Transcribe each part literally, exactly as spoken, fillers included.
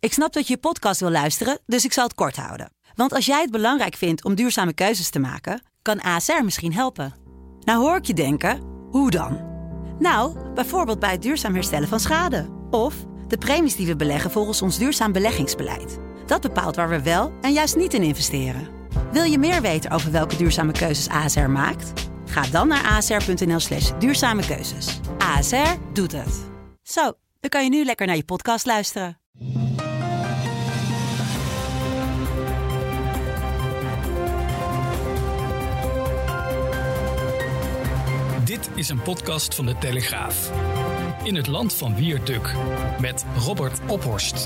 Ik snap dat je je podcast wil luisteren, dus ik zal het kort houden. Want als jij het belangrijk vindt om duurzame keuzes te maken, kan A S R misschien helpen. Nou hoor ik je denken, hoe dan? Nou, bijvoorbeeld bij het duurzaam herstellen van schade. Of de premies die we beleggen volgens ons duurzaam beleggingsbeleid. Dat bepaalt waar we wel en juist niet in investeren. Wil je meer weten over welke duurzame keuzes A S R maakt? Ga dan naar asr.nl slash duurzame keuzes. A S R doet het. Zo, dan kan je nu lekker naar je podcast luisteren. Dit is een podcast van De Telegraaf. In het land van Wierduk met Robert Ophorst.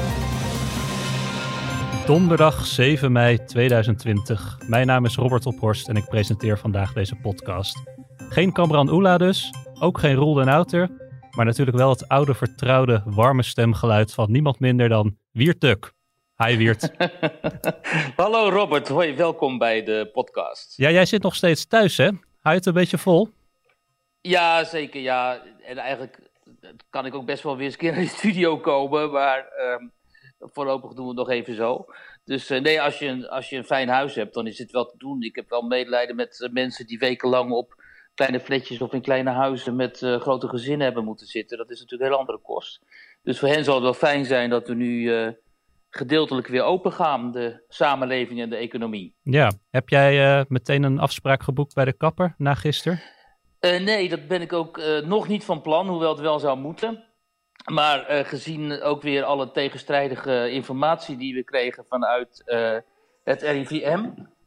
Donderdag zeven mei tweeduizend twintig. Mijn naam is Robert Ophorst en ik presenteer vandaag deze podcast. Geen Kamran Oela dus, ook geen Roel den Outer, maar natuurlijk wel het oude vertrouwde warme stemgeluid van niemand minder dan Wiert Duk. Hi Wiert. Hallo Robert, hoi, welkom bij de podcast. Ja, jij zit nog steeds thuis hè? Hou je het een beetje vol? Ja, zeker ja. En eigenlijk kan ik ook best wel weer eens een keer naar de studio komen, maar uh, voorlopig doen we het nog even zo. Dus uh, nee, als je, een, als je een fijn huis hebt, dan is het wel te doen. Ik heb wel medelijden met uh, mensen die wekenlang op kleine flatjes of in kleine huizen met uh, grote gezinnen hebben moeten zitten. Dat is natuurlijk een heel andere kost. Dus voor hen zal het wel fijn zijn dat we nu uh, gedeeltelijk weer open gaan, de samenleving en de economie. Ja, heb jij uh, meteen een afspraak geboekt bij de kapper na gisteren? Uh, nee, dat ben ik ook uh, nog niet van plan, hoewel het wel zou moeten. Maar uh, gezien ook weer alle tegenstrijdige informatie die we kregen vanuit uh, het R I V M...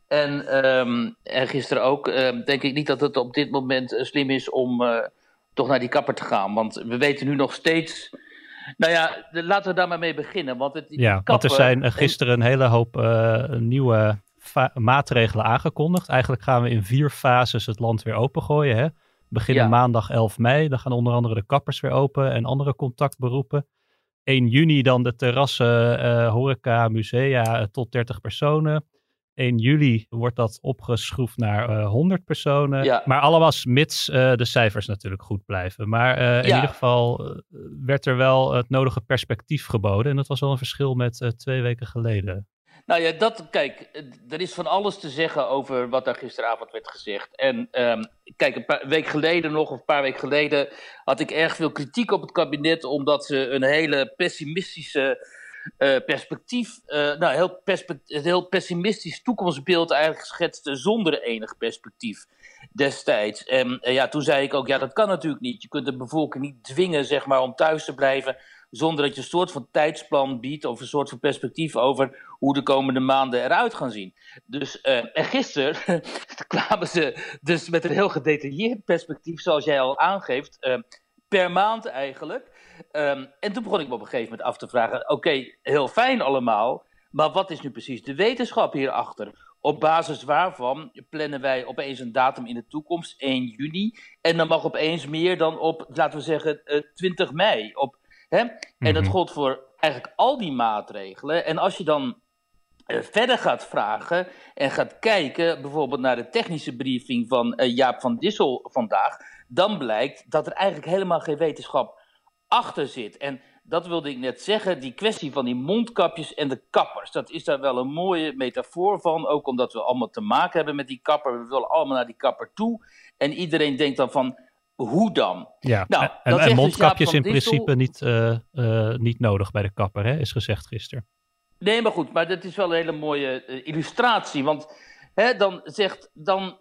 En, um, en gisteren ook, uh, denk ik niet dat het op dit moment uh, slim is om uh, toch naar die kapper te gaan. Want we weten nu nog steeds... Nou ja, de, laten we daar maar mee beginnen. Want het, ja, kapper, want er zijn uh, gisteren een hele hoop uh, nieuwe fa- maatregelen aangekondigd. Eigenlijk gaan we in vier fases het land weer opengooien. Hè? We beginnen ja. maandag elf mei. Dan gaan onder andere de kappers weer open en andere contactberoepen. één juni dan de terrassen, uh, horeca, musea uh, tot dertig personen. één juli wordt dat opgeschroefd naar uh, honderd personen. Ja. Maar allemaal mits uh, de cijfers natuurlijk goed blijven. Maar uh, in ja. ieder geval uh, werd er wel het nodige perspectief geboden. En dat was wel een verschil met uh, twee weken geleden. Nou ja, dat, kijk, er is van alles te zeggen over wat daar gisteravond werd gezegd. En um, kijk, een paar week geleden nog, of een paar weken geleden, had ik erg veel kritiek op het kabinet, omdat ze een hele pessimistische uh, perspectief, uh, nou, heel, perspect- een heel pessimistisch toekomstbeeld eigenlijk schetste zonder enig perspectief destijds. En uh, ja, toen zei ik ook, ja, dat kan natuurlijk niet. Je kunt de bevolking niet dwingen, zeg maar, om thuis te blijven, zonder dat je een soort van tijdsplan biedt of een soort van perspectief over hoe de komende maanden eruit gaan zien. Dus uh, en gisteren kwamen ze dus met een heel gedetailleerd perspectief, zoals jij al aangeeft, uh, per maand eigenlijk. Um, en toen begon ik me op een gegeven moment af te vragen, oké, okay, heel fijn allemaal, maar wat is nu precies de wetenschap hierachter? Op basis waarvan plannen wij opeens een datum in de toekomst, één juni, en dan mag opeens meer dan op, laten we zeggen, uh, twintig mei, op Hè? Mm-hmm. En dat gold voor eigenlijk al die maatregelen. En als je dan uh, verder gaat vragen en gaat kijken, bijvoorbeeld naar de technische briefing van uh, Jaap van Dissel vandaag, dan blijkt dat er eigenlijk helemaal geen wetenschap achter zit. En dat wilde ik net zeggen, die kwestie van die mondkapjes en de kappers, dat is daar wel een mooie metafoor van, ook omdat we allemaal te maken hebben met die kapper. We willen allemaal naar die kapper toe. En iedereen denkt dan van, hoe dan? Ja, nou, en, en mondkapjes dus in Dissel, principe niet, uh, uh, niet nodig bij de kapper, hè, is gezegd gisteren. Nee, maar goed, maar dat is wel een hele mooie uh, illustratie. Want hè, dan zegt, dan,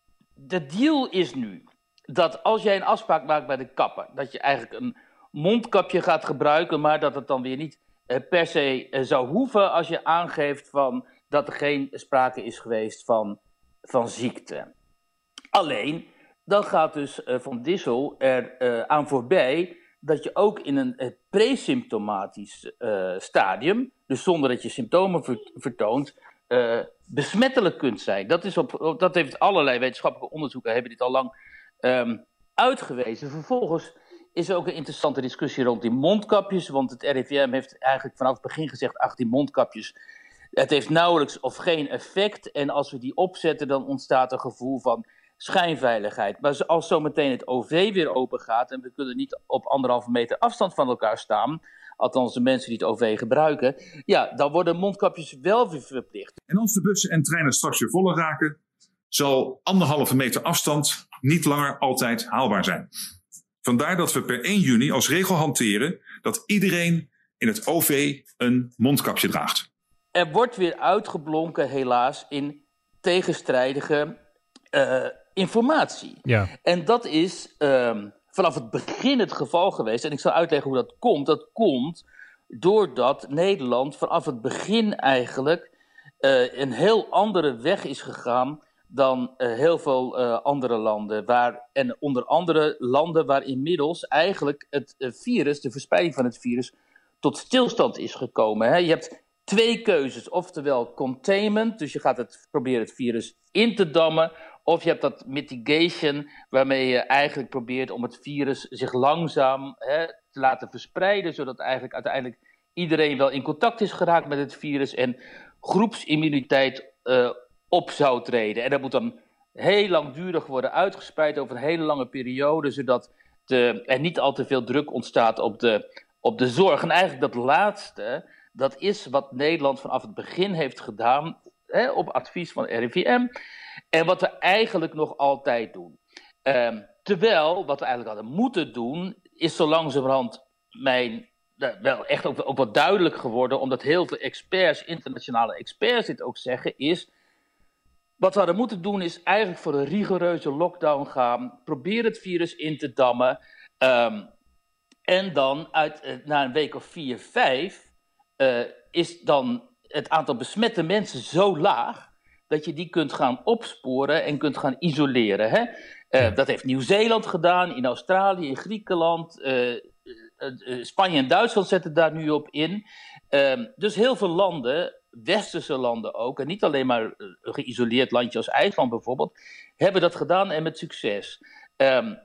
de deal is nu dat als jij een afspraak maakt bij de kapper, dat je eigenlijk een mondkapje gaat gebruiken, maar dat het dan weer niet uh, per se uh, zou hoeven als je aangeeft van dat er geen sprake is geweest van, van ziekte. Alleen, dan gaat dus uh, Van Dissel er uh, aan voorbij dat je ook in een uh, presymptomatisch uh, stadium, dus zonder dat je symptomen ver- vertoont, uh, besmettelijk kunt zijn. Dat, is op, op, dat heeft allerlei wetenschappelijke onderzoeken hebben dit al lang um, uitgewezen. Vervolgens is er ook een interessante discussie rond die mondkapjes, want het R I V M heeft eigenlijk vanaf het begin gezegd, ach, die mondkapjes, het heeft nauwelijks of geen effect. En als we die opzetten, dan ontstaat een gevoel van schijnveiligheid. Maar als zometeen het O V weer open gaat en we kunnen niet op anderhalve meter afstand van elkaar staan, althans de mensen die het O V gebruiken, ja, dan worden mondkapjes wel weer verplicht. En als de bussen en treinen straks weer voller raken, zal anderhalve meter afstand niet langer altijd haalbaar zijn. Vandaar dat we per één juni als regel hanteren dat iedereen in het O V een mondkapje draagt. Er wordt weer uitgeblonken, helaas, in tegenstrijdige uh, informatie. Ja. En dat is um, vanaf het begin het geval geweest. En ik zal uitleggen hoe dat komt. Dat komt doordat Nederland vanaf het begin eigenlijk uh, een heel andere weg is gegaan dan uh, heel veel uh, andere landen. Waar, en onder andere landen waar inmiddels eigenlijk het uh, virus, de verspreiding van het virus, tot stilstand is gekomen. Hè? Je hebt twee keuzes, oftewel containment, dus je gaat het proberen het virus in te dammen, of je hebt dat mitigation, waarmee je eigenlijk probeert om het virus zich langzaam hè, te laten verspreiden, zodat eigenlijk uiteindelijk iedereen wel in contact is geraakt met het virus en groepsimmuniteit uh, op zou treden. En dat moet dan heel langdurig worden uitgespreid over een hele lange periode, zodat de, er niet al te veel druk ontstaat op de, op de zorg. En eigenlijk dat laatste, dat is wat Nederland vanaf het begin heeft gedaan, hè, op advies van R I V M. En wat we eigenlijk nog altijd doen. Um, terwijl, wat we eigenlijk hadden moeten doen, is zo langzamerhand mijn, nou, wel echt ook, ook wat duidelijk geworden, omdat heel veel experts, internationale experts dit ook zeggen, is, wat we hadden moeten doen is eigenlijk voor een rigoureuze lockdown gaan, probeer het virus in te dammen, um, en dan uit, uh, na een week of vier, vijf, uh, is dan het aantal besmette mensen zo laag, dat je die kunt gaan opsporen en kunt gaan isoleren. Hè? Uh, dat heeft Nieuw-Zeeland gedaan, in Australië, in Griekenland. Uh, uh, uh, Spanje en Duitsland zetten daar nu op in. Uh, dus heel veel landen, westerse landen ook, en niet alleen maar een geïsoleerd landje als IJsland bijvoorbeeld, hebben dat gedaan en met succes. Um,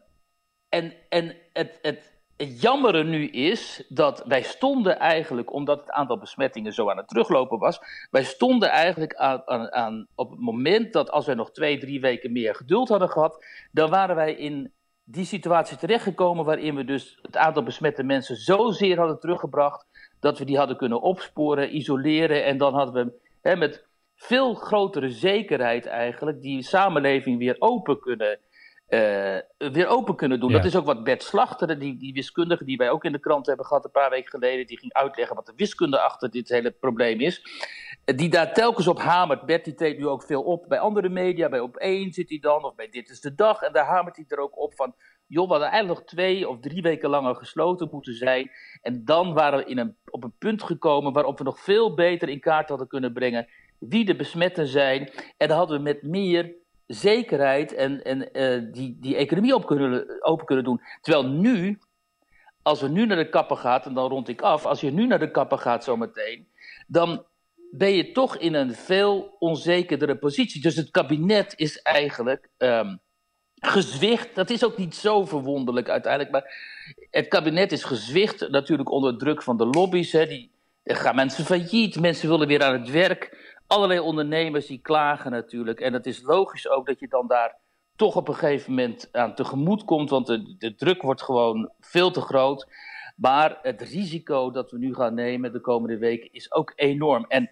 en en het... het Het jammere nu is dat wij stonden eigenlijk, omdat het aantal besmettingen zo aan het teruglopen was, wij stonden eigenlijk aan, aan, aan op het moment dat als wij nog twee, drie weken meer geduld hadden gehad, dan waren wij in die situatie terechtgekomen waarin we dus het aantal besmette mensen zozeer hadden teruggebracht dat we die hadden kunnen opsporen, isoleren en dan hadden we hè, met veel grotere zekerheid eigenlijk die samenleving weer open kunnen Uh, weer open kunnen doen. Ja. Dat is ook wat Bert Slachter, die, die wiskundige die wij ook in de krant hebben gehad een paar weken geleden, die ging uitleggen wat de wiskunde achter dit hele probleem is. Uh, die daar telkens op hamert. Bert die treedt nu ook veel op bij andere media, bij Op één zit hij dan, of bij Dit is de Dag. En daar hamert hij er ook op van, joh, we hadden eigenlijk nog twee of drie weken langer gesloten moeten zijn. En dan waren we in een, op een punt gekomen waarop we nog veel beter in kaart hadden kunnen brengen wie de besmetten zijn. En dan hadden we met meer zekerheid en, en uh, die, die economie op kunnen, open kunnen doen. Terwijl nu, als we nu naar de kapper gaat, en dan rond ik af, als je nu naar de kapper gaat zometeen, dan ben je toch in een veel onzekerdere positie. Dus het kabinet is eigenlijk um, gezwicht. Dat is ook niet zo verwonderlijk uiteindelijk, maar het kabinet is gezwicht natuurlijk onder druk van de lobby's. Hè, die, er gaan mensen failliet, mensen willen weer aan het werk. Allerlei ondernemers die klagen natuurlijk. En het is logisch ook dat je dan daar toch op een gegeven moment aan tegemoet komt. Want de, de druk wordt gewoon veel te groot. Maar het risico dat we nu gaan nemen de komende weken is ook enorm. En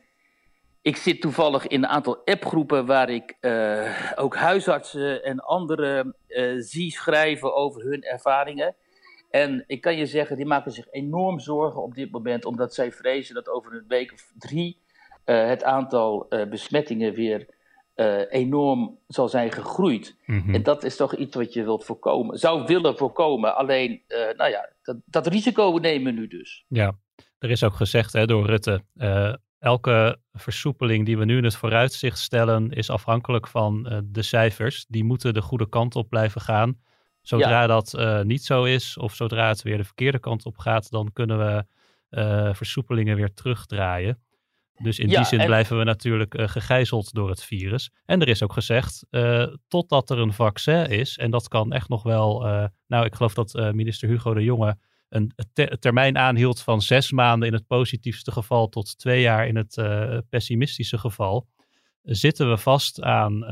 ik zit toevallig in een aantal appgroepen waar ik uh, ook huisartsen en anderen uh, zie schrijven over hun ervaringen. En ik kan je zeggen, die maken zich enorm zorgen op dit moment. Omdat zij vrezen dat over een week of drie Uh, het aantal uh, besmettingen weer uh, enorm zal zijn gegroeid. Mm-hmm. En dat is toch iets wat je wilt voorkomen, zou willen voorkomen. Alleen, uh, nou ja, dat, dat risico nemen we nu dus. Ja, er is ook gezegd hè, door Rutte, uh, elke versoepeling die we nu in het vooruitzicht stellen is afhankelijk van uh, de cijfers. Die moeten de goede kant op blijven gaan. Zodra ja. dat uh, niet zo is, of zodra het weer de verkeerde kant op gaat, dan kunnen we uh, versoepelingen weer terugdraaien. Dus in ja, die zin en... blijven we natuurlijk uh, gegijzeld door het virus. En er is ook gezegd, uh, totdat er een vaccin is, en dat kan echt nog wel, uh, nou ik geloof dat uh, minister Hugo de Jonge een te- termijn aanhield van zes maanden in het positiefste geval tot twee jaar in het uh, pessimistische geval, zitten we vast aan uh,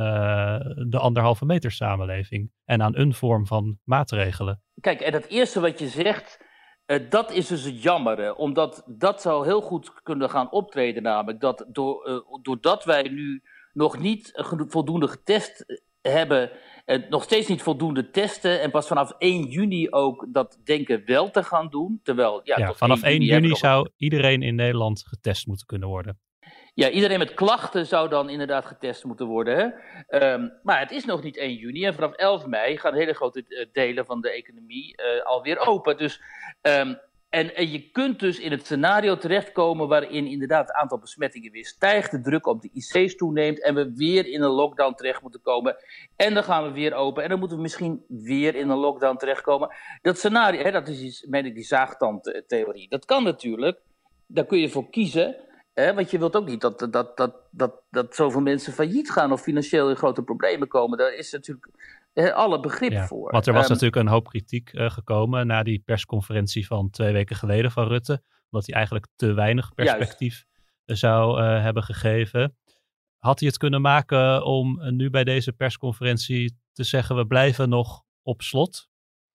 de anderhalve meter samenleving en aan een vorm van maatregelen. Kijk, en het eerste wat je zegt, Uh, dat is dus het jammere, omdat dat zou heel goed kunnen gaan optreden, namelijk dat door, uh, doordat wij nu nog niet voldoende getest hebben, uh, nog steeds niet voldoende testen en pas vanaf één juni ook dat denken wel te gaan doen. Terwijl, ja, ja, tot vanaf één juni nog... zou iedereen in Nederland getest moeten kunnen worden. Ja, iedereen met klachten zou dan inderdaad getest moeten worden. Hè? Um, maar het is nog niet één juni en vanaf elf mei gaan hele grote uh, delen van de economie uh, alweer open. Dus, um, en, en je kunt dus in het scenario terechtkomen waarin inderdaad het aantal besmettingen weer stijgt, de druk op de I C's toeneemt en we weer in een lockdown terecht moeten komen. En dan gaan we weer open en dan moeten we misschien weer in een lockdown terechtkomen. Dat scenario, hè, dat is iets, meen ik, die zaagtandtheorie. Dat kan natuurlijk, daar kun je voor kiezen. He, want je wilt ook niet dat, dat, dat, dat, dat zoveel mensen failliet gaan of financieel in grote problemen komen. Daar is natuurlijk he, alle begrip ja, voor. Want er was um, natuurlijk een hoop kritiek uh, gekomen na die persconferentie van twee weken geleden van Rutte. Omdat hij eigenlijk te weinig perspectief juist. zou uh, hebben gegeven. Had hij het kunnen maken om uh, nu bij deze persconferentie te zeggen we blijven nog op slot?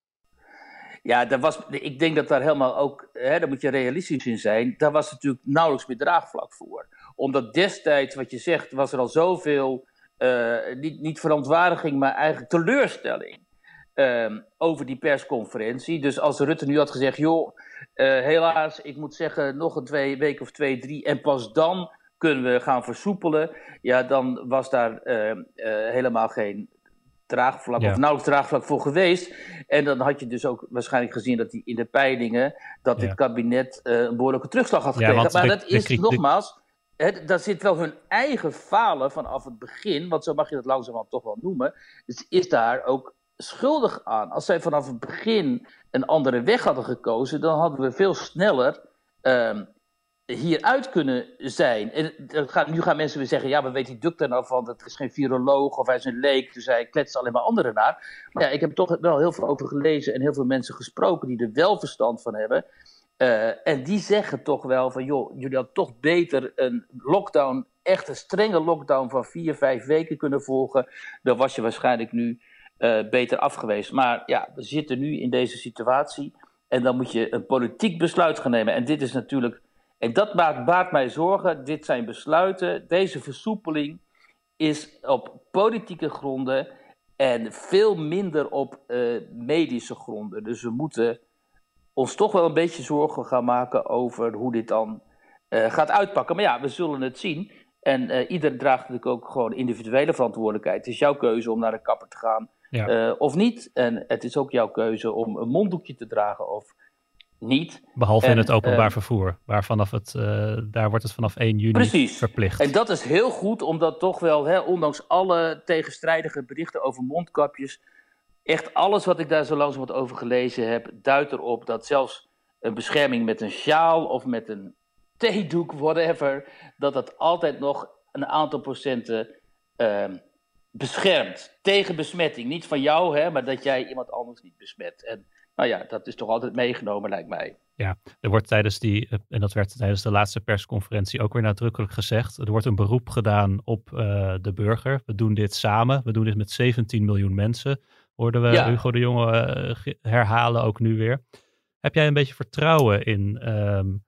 Ja, daar was, ik denk dat daar helemaal ook, hè, daar moet je realistisch in zijn, daar was natuurlijk nauwelijks meer draagvlak voor. Omdat destijds, wat je zegt, was er al zoveel, uh, niet, niet verontwaardiging, maar eigenlijk teleurstelling um, over die persconferentie. Dus als Rutte nu had gezegd, joh, uh, helaas, ik moet zeggen, nog een twee weken of twee, drie, en pas dan kunnen we gaan versoepelen, ja, dan was daar uh, uh, helemaal geen draagvlak ja. of nauwelijks draagvlak voor geweest. En dan had je dus ook waarschijnlijk gezien dat die in de peilingen dat ja. dit kabinet uh, een behoorlijke terugslag had gekregen. Ja, maar de, dat is de, de, nogmaals, hè, daar zit wel hun eigen falen vanaf het begin, want zo mag je dat langzamerhand toch wel noemen, dus is daar ook schuldig aan. Als zij vanaf het begin een andere weg hadden gekozen, dan hadden we veel sneller um, hieruit kunnen zijn. En gaat, nu gaan mensen weer zeggen, ja, we weten die Duk daar nou van, dat is geen viroloog of hij is een leek, dus hij kletst alleen maar anderen naar. Maar ja, ik heb er toch wel heel veel over gelezen en heel veel mensen gesproken die er wel verstand van hebben. Uh, en die zeggen toch wel van, joh, jullie hadden toch beter een lockdown, echt een strenge lockdown van vier, vijf weken kunnen volgen. Dan was je waarschijnlijk nu uh, beter af geweest. Maar ja, we zitten nu in deze situatie en dan moet je een politiek besluit gaan nemen. En dit is natuurlijk... En dat baart, baart mij zorgen. Dit zijn besluiten. Deze versoepeling is op politieke gronden en veel minder op uh, medische gronden. Dus we moeten ons toch wel een beetje zorgen gaan maken over hoe dit dan uh, gaat uitpakken. Maar ja, we zullen het zien. En uh, ieder draagt natuurlijk ook gewoon individuele verantwoordelijkheid. Het is jouw keuze om naar de kapper te gaan ja. uh, of niet. En het is ook jouw keuze om een monddoekje te dragen of niet. Behalve en, in het openbaar uh, vervoer, waar vanaf het, uh, daar wordt het vanaf één juni precies. verplicht. En dat is heel goed, omdat toch wel, hè, ondanks alle tegenstrijdige berichten over mondkapjes, echt alles wat ik daar zo langzamerhand over gelezen heb, duidt erop dat zelfs een bescherming met een sjaal of met een theedoek, whatever, dat dat altijd nog een aantal procenten uh, beschermt tegen besmetting. Niet van jou, hè, maar dat jij iemand anders niet besmet. En nou ja, dat is toch altijd meegenomen, lijkt mij. Ja, er wordt tijdens die, en dat werd tijdens de laatste persconferentie ook weer nadrukkelijk gezegd, er wordt een beroep gedaan op uh, de burger. We doen dit samen, we doen dit met zeventien miljoen mensen, hoorden we ja. Hugo de Jonge uh, herhalen ook nu weer. Heb jij een beetje vertrouwen in um,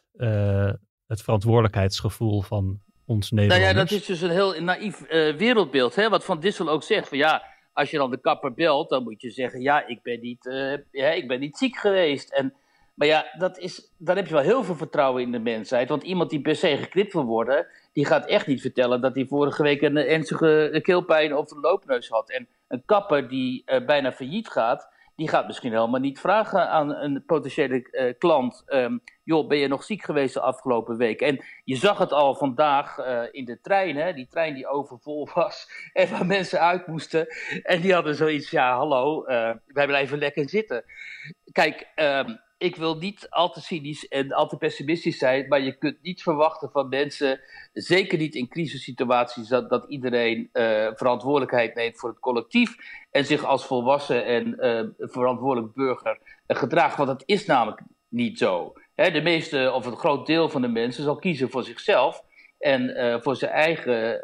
uh, het verantwoordelijkheidsgevoel van ons Nederlanders? Nou ja, dat is dus een heel naïef uh, wereldbeeld, hè? Wat Van Dissel ook zegt, van ja, als je dan de kapper belt, dan moet je zeggen, ja, ik ben niet, uh, ja, ik ben niet ziek geweest. En, maar ja, dat is, dan heb je wel heel veel vertrouwen in de mensheid. Want iemand die per se geknipt wil worden, die gaat echt niet vertellen dat hij vorige week een ernstige keelpijn of een loopneus had. En een kapper die uh, bijna failliet gaat, die gaat misschien helemaal niet vragen aan een potentiële uh, klant, um, joh, ben je nog ziek geweest de afgelopen week? En je zag het al vandaag uh, in de trein, hè? Die trein die overvol was en waar mensen uit moesten. En die hadden zoiets, ja, hallo, uh, wij blijven lekker zitten. Kijk, um, ik wil niet al te cynisch en al te pessimistisch zijn, maar je kunt niet verwachten van mensen, zeker niet in crisissituaties, dat, dat iedereen uh, verantwoordelijkheid neemt voor het collectief en zich als volwassen en uh, verantwoordelijk burger uh, gedraagt. Want dat is namelijk niet zo. Hè, de meeste, of een groot deel van de mensen zal kiezen voor zichzelf en uh, voor zijn eigen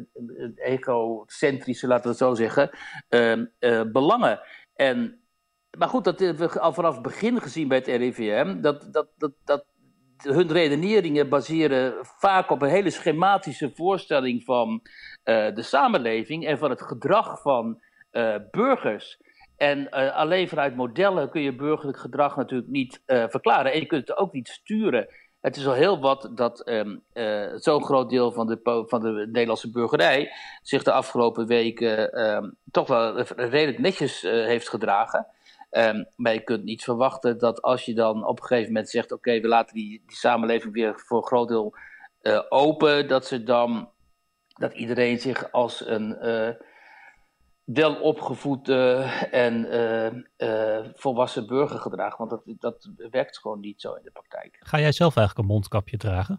uh, egocentrische, laten we het zo zeggen, uh, uh, belangen. En maar goed, dat hebben we al vanaf het begin gezien bij het R I V M. Dat, dat, dat, dat hun redeneringen baseren vaak op een hele schematische voorstelling van uh, de samenleving en van het gedrag van uh, burgers. En uh, alleen vanuit modellen kun je burgerlijk gedrag natuurlijk niet uh, verklaren. En je kunt het ook niet sturen. Het is al heel wat dat um, uh, zo'n groot deel van de, van de Nederlandse burgerij zich de afgelopen weken um, toch wel redelijk netjes uh, heeft gedragen. Um, maar je kunt niet verwachten dat als je dan op een gegeven moment zegt, oké, okay, we laten die, die samenleving weer voor een groot deel uh, open, dat ze dan, dat iedereen zich als een uh, welopgevoede en uh, uh, volwassen burger gedraagt. Want dat, dat werkt gewoon niet zo in de praktijk. Ga jij zelf eigenlijk een mondkapje dragen?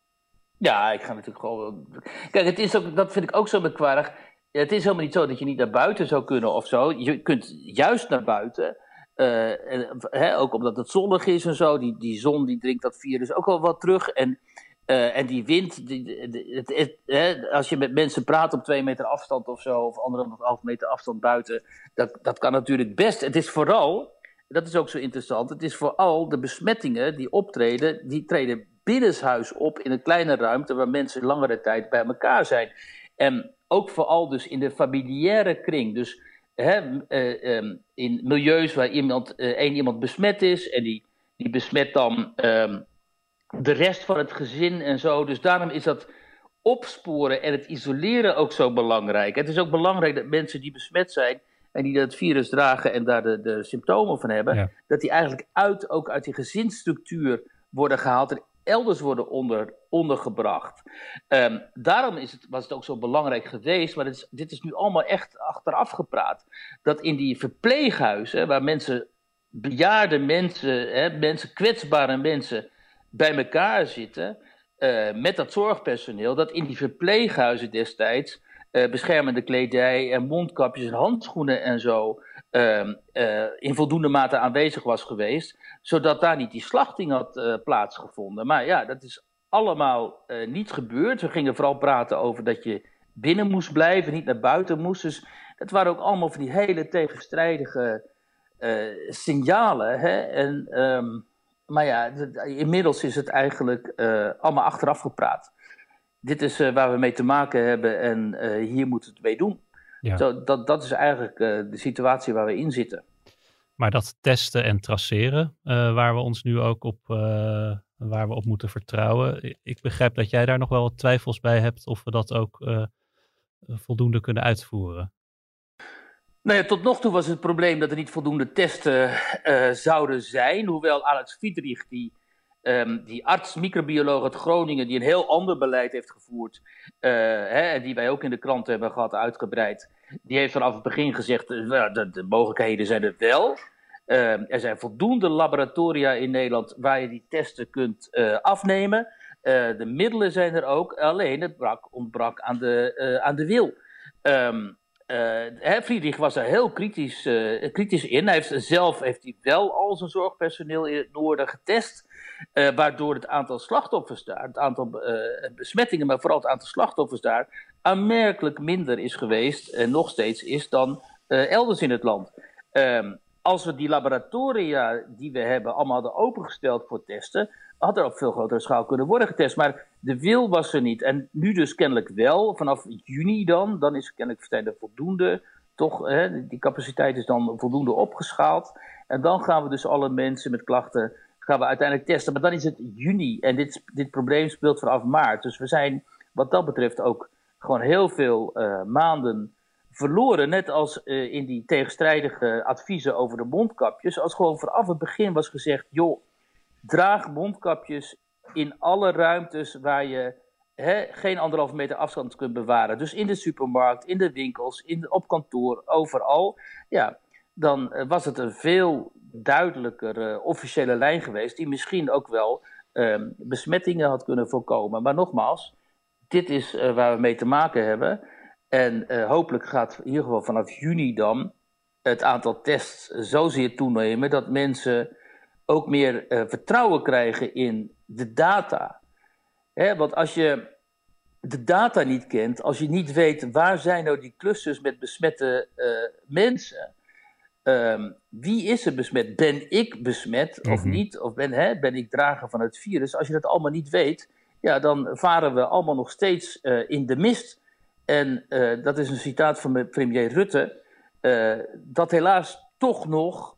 Ja, ik ga natuurlijk gewoon... Kijk, het is ook, dat vind ik ook zo merkwaardig. Het is helemaal niet zo dat je niet naar buiten zou kunnen of zo. Je kunt juist naar buiten. Uh, en, hè, ook omdat het zonnig is en zo. Die, die zon die dringt dat virus ook wel wat terug. En, uh, en die wind, die, die, die, het, het, hè, als je met mensen praat op twee meter afstand of zo, of anderhalf meter afstand buiten, dat, dat kan natuurlijk best. Het is vooral, dat is ook zo interessant, het is vooral de besmettingen die optreden, die treden binnenshuis op in een kleine ruimte waar mensen langere tijd bij elkaar zijn. En ook vooral dus in de familiaire kring. Dus hè, uh, um, in milieus waar iemand, uh, één iemand besmet is en die, die besmet dan um, de rest van het gezin en zo. Dus daarom is dat opsporen en het isoleren ook zo belangrijk. Het is ook belangrijk dat mensen die besmet zijn en die dat virus dragen en daar de, de symptomen van hebben, ja. dat die eigenlijk uit, ook uit die gezinsstructuur worden gehaald en elders worden onder, ondergebracht. Um, daarom is het, was het ook zo belangrijk geweest, maar dit is, dit is nu allemaal echt achteraf gepraat, dat in die verpleeghuizen, waar mensen, bejaarde mensen, hè, mensen, kwetsbare mensen bij elkaar zitten, uh, met dat zorgpersoneel, dat in die verpleeghuizen destijds uh, beschermende kledij en mondkapjes en handschoenen en zo uh, uh, in voldoende mate aanwezig was geweest, zodat daar niet die slachting had uh, plaatsgevonden. Maar ja, dat is allemaal uh, niet gebeurd. We gingen vooral praten over dat je binnen moest blijven, niet naar buiten moest. Dus dat waren ook allemaal van die hele tegenstrijdige uh, signalen. Hè? En, um, maar ja, d- inmiddels is het eigenlijk uh, allemaal achteraf gepraat. Dit is uh, waar we mee te maken hebben en uh, hier moeten we het mee doen. Ja. Zo, dat, dat is eigenlijk uh, de situatie waar we in zitten. Maar dat testen en traceren, uh, waar we ons nu ook op, uh, waar we op moeten vertrouwen. Ik begrijp dat jij daar nog wel wat twijfels bij hebt of we dat ook uh, voldoende kunnen uitvoeren. Nou ja, tot nog toe was het probleem dat er niet voldoende testen uh, zouden zijn. Hoewel Alex Friedrich, die, um, die arts, microbioloog uit Groningen, die een heel ander beleid heeft gevoerd, uh, hè, en die wij ook in de krant hebben gehad, uitgebreid, die heeft vanaf het begin gezegd, uh, de, de mogelijkheden zijn er wel. Uh, er zijn voldoende laboratoria in Nederland waar je die testen kunt uh, afnemen. Uh, de middelen zijn er ook, alleen het brak, ontbrak aan de, uh, aan de wil. Um, uh, Friedrich was er heel kritisch, uh, kritisch in. Hij heeft, zelf heeft hij wel al zijn zorgpersoneel in het noorden getest, uh, waardoor het aantal slachtoffers daar, het aantal uh, besmettingen, maar vooral het aantal slachtoffers daar, aanmerkelijk minder is geweest en nog steeds is dan uh, elders in het land. Um, Als we die laboratoria die we hebben allemaal hadden opengesteld voor testen, had er op veel grotere schaal kunnen worden getest. Maar de wil was er niet. En nu dus kennelijk wel, vanaf juni dan, dan is kennelijk zijn er voldoende, toch, hè, die capaciteit is dan voldoende opgeschaald. En dan gaan we dus alle mensen met klachten, gaan we uiteindelijk testen. Maar dan is het juni en dit, dit probleem speelt vanaf maart. Dus we zijn wat dat betreft ook gewoon heel veel uh, maanden verloren, net als uh, in die tegenstrijdige adviezen over de mondkapjes, als gewoon vanaf het begin was gezegd, joh, draag mondkapjes in alle ruimtes waar je hè, geen anderhalve meter afstand kunt bewaren. Dus in de supermarkt, in de winkels, in de, op kantoor, overal. Ja, dan uh, was het een veel duidelijker uh, officiële lijn geweest, die misschien ook wel uh, besmettingen had kunnen voorkomen. Maar nogmaals, dit is uh, waar we mee te maken hebben. En uh, hopelijk gaat in ieder geval vanaf juni dan het aantal tests zozeer toenemen dat mensen ook meer uh, vertrouwen krijgen in de data. Hè, want als je de data niet kent, als je niet weet waar zijn nou die clusters met besmette uh, mensen, Um, wie is er besmet? Ben ik besmet of Mm-hmm. niet? Of ben, hè, ben ik drager van het virus? Als je dat allemaal niet weet, ja, dan varen we allemaal nog steeds uh, in de mist. En uh, dat is een citaat van premier Rutte, uh, dat helaas toch nog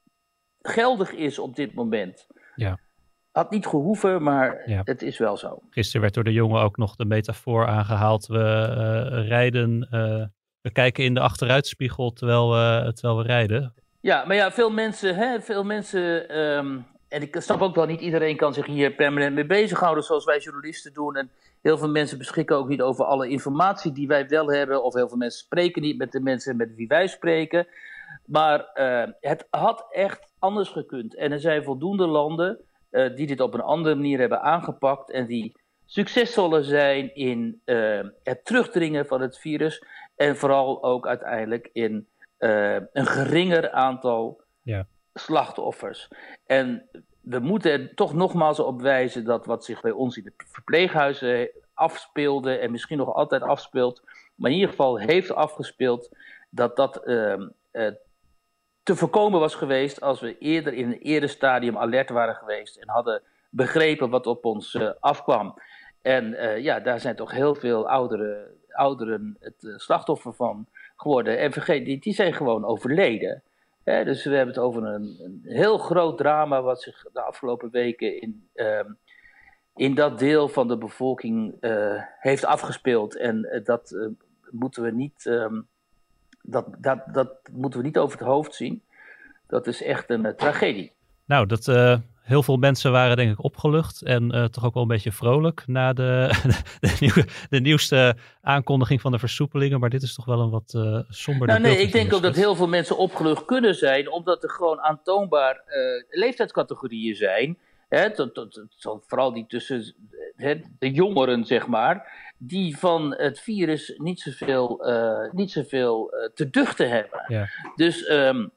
geldig is op dit moment. Ja. Had niet gehoeven, maar ja. Het is wel zo. Gisteren werd door de jongen ook nog de metafoor aangehaald. We uh, rijden, uh, we kijken in de achteruitspiegel terwijl we, terwijl we rijden. Ja, maar ja, veel mensen, hè, veel mensen, um, en ik snap ook wel, niet iedereen kan zich hier permanent mee bezighouden zoals wij journalisten doen. En heel veel mensen beschikken ook niet over alle informatie die wij wel hebben. Of heel veel mensen spreken niet met de mensen met wie wij spreken. Maar uh, het had echt anders gekund. En er zijn voldoende landen uh, die dit op een andere manier hebben aangepakt. En die succesvoller zijn in uh, het terugdringen van het virus. En vooral ook uiteindelijk in uh, een geringer aantal ja. slachtoffers. En we moeten er toch nogmaals op wijzen dat wat zich bij ons in de verpleeghuizen afspeelde en misschien nog altijd afspeelt, maar in ieder geval heeft afgespeeld, dat dat uh, uh, te voorkomen was geweest als we eerder in een eerder stadium alert waren geweest en hadden begrepen wat op ons uh, afkwam. En uh, ja, daar zijn toch heel veel ouderen, ouderen het uh, slachtoffer van geworden. En vergeet, die, die zijn gewoon overleden. Hè? Dus we hebben het over een, een heel groot drama wat zich de afgelopen weken in, uh, in dat deel van de bevolking uh, heeft afgespeeld. En uh, dat uh, moeten we niet... Um, Dat, dat, dat moeten we niet over het hoofd zien. Dat is echt een uh, tragedie. Nou, dat uh, heel veel mensen waren denk ik opgelucht en uh, toch ook wel een beetje vrolijk na de, de, nieuwe, de nieuwste aankondiging van de versoepelingen. Maar dit is toch wel een wat uh, somberder nou, nee, beeld. Ik denk ook dat heel veel mensen opgelucht kunnen zijn, omdat er gewoon aantoonbaar uh, leeftijdscategorieën zijn. Hè, tot, tot, tot, vooral die tussen hè, de jongeren, zeg maar, die van het virus niet zoveel, uh, niet zoveel uh, te duchten hebben. Ja. Dus um,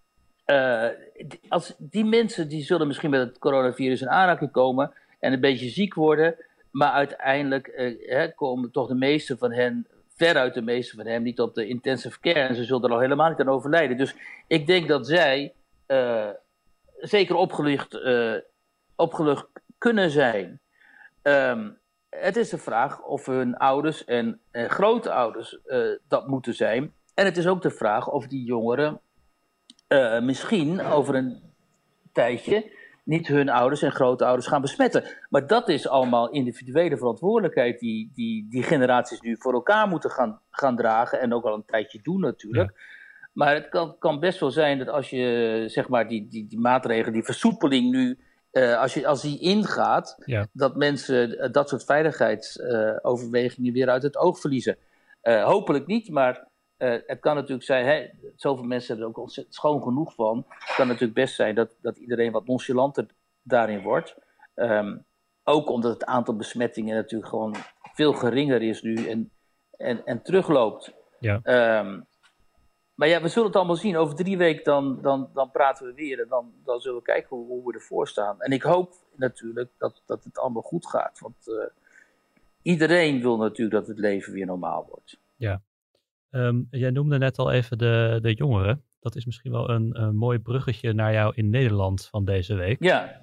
uh, als die mensen die zullen misschien met het coronavirus in aanraking komen en een beetje ziek worden, maar uiteindelijk uh, hè, komen toch de meeste van hen, veruit de meeste van hen, niet op de intensive care en ze zullen er al helemaal niet aan overlijden. Dus ik denk dat zij uh, zeker opgelucht, uh, opgelucht kunnen zijn. Um, Het is de vraag of hun ouders en, en grootouders uh, dat moeten zijn. En het is ook de vraag of die jongeren uh, misschien over een tijdje niet hun ouders en grootouders gaan besmetten. Maar dat is allemaal individuele verantwoordelijkheid die, die, die generaties nu voor elkaar moeten gaan, gaan dragen. En ook al een tijdje doen natuurlijk. Ja. Maar het kan, kan best wel zijn dat als je zeg maar die, die, die maatregelen, die versoepeling nu, Uh, als, je, als die ingaat, ja. dat mensen uh, dat soort veiligheidsoverwegingen uh, weer uit het oog verliezen. Uh, hopelijk niet, maar uh, het kan natuurlijk zijn, hè, zoveel mensen hebben er ook ontzettend schoon genoeg van. Het kan natuurlijk best zijn dat, dat iedereen wat nonchalanter daarin wordt. Um, ook omdat het aantal besmettingen natuurlijk gewoon veel geringer is nu en, en, en terugloopt. Ja. Um, Maar ja, we zullen het allemaal zien. Over drie weken dan, dan, dan praten we weer. En dan, dan zullen we kijken hoe, hoe we ervoor staan. En ik hoop natuurlijk dat, dat het allemaal goed gaat. Want uh, iedereen wil natuurlijk dat het leven weer normaal wordt. Ja. Um, jij noemde net al even de, de jongeren. Dat is misschien wel een, een mooi bruggetje naar jou in Nederland van deze week. Ja.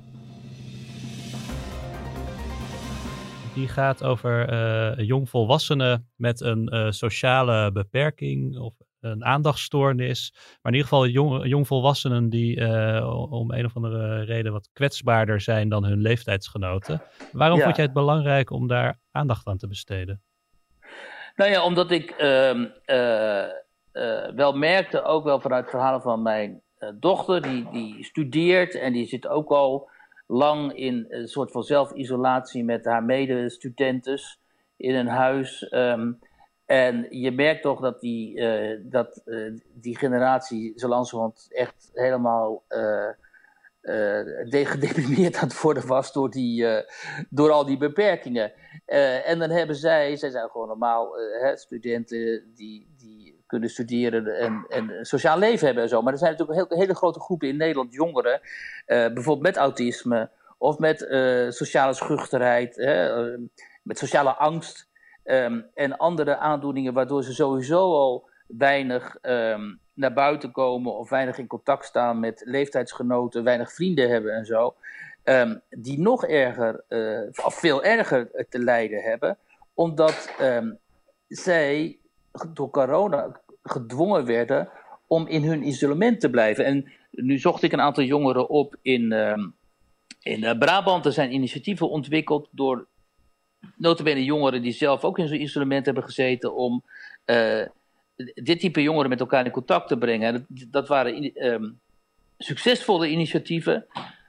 Die gaat over uh, jongvolwassenen met een uh, sociale beperking of een aandachtstoornis. Maar in ieder geval jong, jongvolwassenen die uh, om een of andere reden wat kwetsbaarder zijn dan hun leeftijdsgenoten. Waarom ja. vond jij het belangrijk om daar aandacht aan te besteden? Nou ja, omdat ik uh, uh, uh, wel merkte, ook wel vanuit verhalen van mijn uh, dochter, die, die studeert en die zit ook al lang in een soort van zelfisolatie met haar medestudentes in een huis. Um, en je merkt toch dat die, uh, dat, uh, die generatie zo langzamerhand echt helemaal uh, uh, gedeprimeerd aan het worden was door, die, uh, door al die beperkingen. Uh, en dan hebben zij, zij zijn gewoon normaal uh, hè, studenten die, die kunnen studeren en, en een sociaal leven hebben en zo. Maar er zijn natuurlijk heel, hele grote groepen in Nederland, jongeren, uh, bijvoorbeeld met autisme of met uh, sociale schuchterheid, hè, uh, met sociale angst um, en andere aandoeningen waardoor ze sowieso al weinig um, naar buiten komen of weinig in contact staan met leeftijdsgenoten, weinig vrienden hebben en zo, um, die nog erger, uh, of veel erger te lijden hebben, omdat um, zij door corona gedwongen werden om in hun isolement te blijven. En nu zocht ik een aantal jongeren op in, um, in uh, Brabant. Er zijn initiatieven ontwikkeld door nota bene jongeren die zelf ook in zo'n isolement hebben gezeten om uh, dit type jongeren met elkaar in contact te brengen. En dat, dat waren um, succesvolle initiatieven.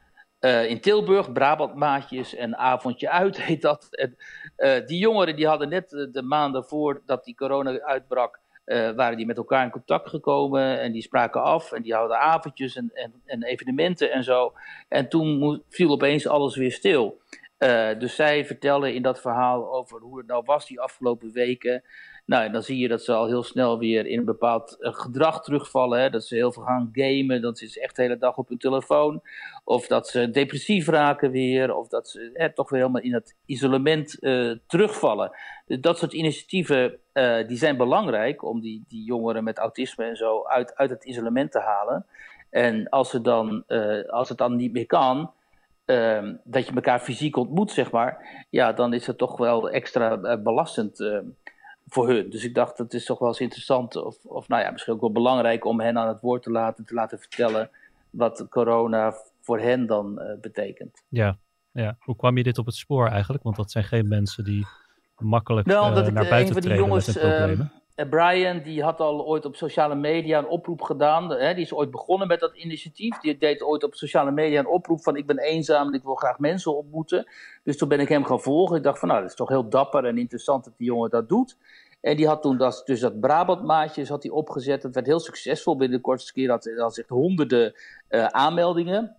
Uh, in Tilburg, Brabantmaatjes en Avondje Uit heet dat. En, uh, die jongeren die hadden net uh, de maanden voordat die corona uitbrak, uh, waren die met elkaar in contact gekomen en die spraken af en die hadden avondjes en, en, en evenementen en zo. En toen mo- viel opeens alles weer stil. Uh, dus zij vertellen in dat verhaal over hoe het nou was die afgelopen weken. Nou, en dan zie je dat ze al heel snel weer in een bepaald uh, gedrag terugvallen. Hè? Dat ze heel veel gaan gamen, dat ze echt de hele dag op hun telefoon. Of dat ze depressief raken weer. Of dat ze eh, toch weer helemaal in het isolement uh, terugvallen. Dus dat soort initiatieven uh, die zijn belangrijk om die, die jongeren met autisme en zo uit, uit het isolement te halen. En als, ze dan, uh, als het dan niet meer kan, uh, dat je elkaar fysiek ontmoet, zeg maar. Ja, dan is het toch wel extra uh, belastend uh, voor hun. Dus ik dacht, het is toch wel eens interessant of, of nou ja, misschien ook wel belangrijk om hen aan het woord te laten, te laten vertellen wat corona voor hen dan uh, betekent. Ja, ja, hoe kwam je dit op het spoor eigenlijk? Want dat zijn geen mensen die makkelijk nou, uh, ik, naar buiten treden jongens, met hun problemen. Uh, Brian, die had al ooit op sociale media een oproep gedaan. Hè, die is ooit begonnen met dat initiatief. Die deed ooit op sociale media een oproep van ik ben eenzaam en ik wil graag mensen ontmoeten. Dus toen ben ik hem gaan volgen. Ik dacht van nou, dat is toch heel dapper en interessant dat die jongen dat doet. En die had toen dat, dus dat Brabantmaatjes had hij opgezet. Dat werd heel succesvol. Binnen de kortste keer had hij echt honderden uh, aanmeldingen.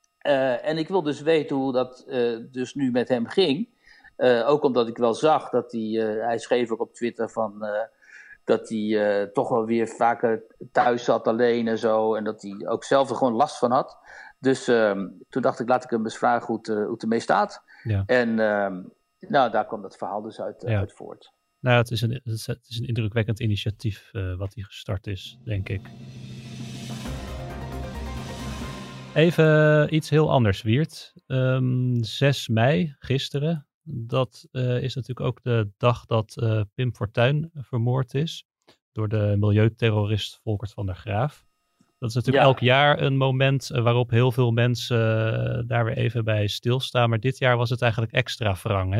Uh, en ik wil dus weten hoe dat uh, dus nu met hem ging. Uh, ook omdat ik wel zag dat hij, uh, hij schreef ook op Twitter van, uh, dat hij uh, toch wel weer vaker thuis zat alleen en zo. En dat hij ook zelf er gewoon last van had. Dus uh, toen dacht ik, laat ik hem eens vragen hoe het, uh, hoe het ermee staat. Ja. En uh, nou, daar kwam dat verhaal dus uit, uh, ja. uit voort. Nou, het is een, het is een indrukwekkend initiatief uh, wat hier gestart is, denk ik. Even iets heel anders, Wiert. Um, zes mei, gisteren, dat uh, is natuurlijk ook de dag dat uh, Pim Fortuyn vermoord is door de milieuterrorist Volkert van der Graaf. Dat is natuurlijk ja. elk jaar een moment uh, waarop heel veel mensen uh, daar weer even bij stilstaan. Maar dit jaar was het eigenlijk extra wrang, hè?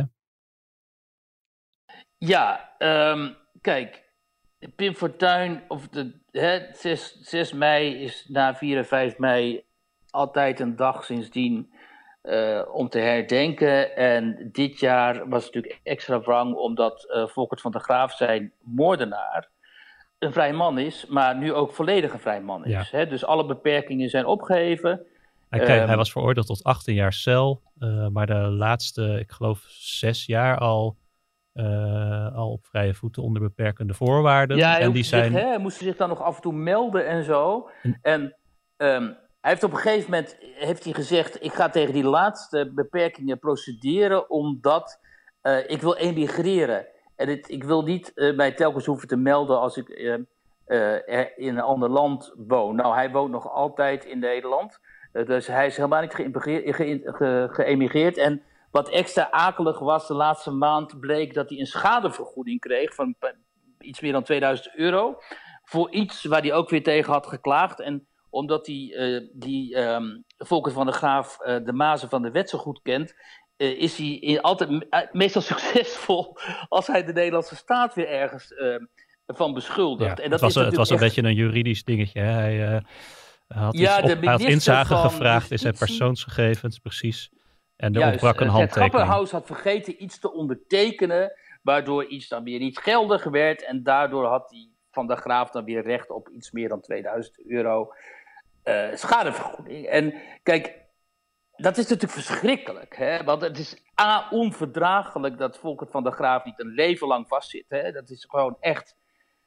Ja, um, kijk, Pim Fortuyn, of de, hè, zes, zes mei is na vier en vijf mei altijd een dag sindsdien uh, om te herdenken. En dit jaar was het natuurlijk extra wrang omdat uh, Volkert van der Graaf, zijn moordenaar, een vrij man is, maar nu ook volledig een vrij man is. Ja. Hè? Dus alle beperkingen zijn opgeheven. Hij, kijk, um, hij was veroordeeld tot achttien jaar cel, uh, maar de laatste, ik geloof zes jaar al, Uh, al op vrije voeten onder beperkende voorwaarden. Ja, hij, en die zijn... zich, hè, hij moest zich dan nog af en toe melden en zo. En, en um, hij heeft op een gegeven moment heeft hij gezegd, ik ga tegen die laatste beperkingen procederen, omdat uh, ik wil emigreren. En het, ik wil niet uh, mij telkens hoeven te melden als ik uh, uh, in een ander land woon. Nou, hij woont nog altijd in Nederland. Uh, dus hij is helemaal niet geëmigreerd. Ge, ge, geëmigreerd en wat extra akelig was, de laatste maand bleek dat hij een schadevergoeding kreeg van iets meer dan tweeduizend euro. Voor iets waar hij ook weer tegen had geklaagd. En omdat hij uh, die um, Volkert van der Graaf uh, de mazen van de wet zo goed kent, uh, is hij in, altijd uh, meestal succesvol als hij de Nederlandse staat weer ergens uh, van beschuldigt. Ja, en dat het was, is het was een echt... beetje een juridisch dingetje. Hè? Hij, uh, had, ja, op, hij had inzage gevraagd in zijn Justitie... persoonsgegevens, precies. En er Juist, ontbrak een handtekening. Het Grapperhaus had vergeten iets te ondertekenen, waardoor iets dan weer niet geldig werd. En daardoor had die Van der Graaf dan weer recht op iets meer dan tweeduizend euro uh, schadevergoeding. En kijk, dat is natuurlijk verschrikkelijk. Hè? Want het is a, onverdraaglijk dat Volkert van der Graaf niet een leven lang vastzit. Hè? Dat is gewoon echt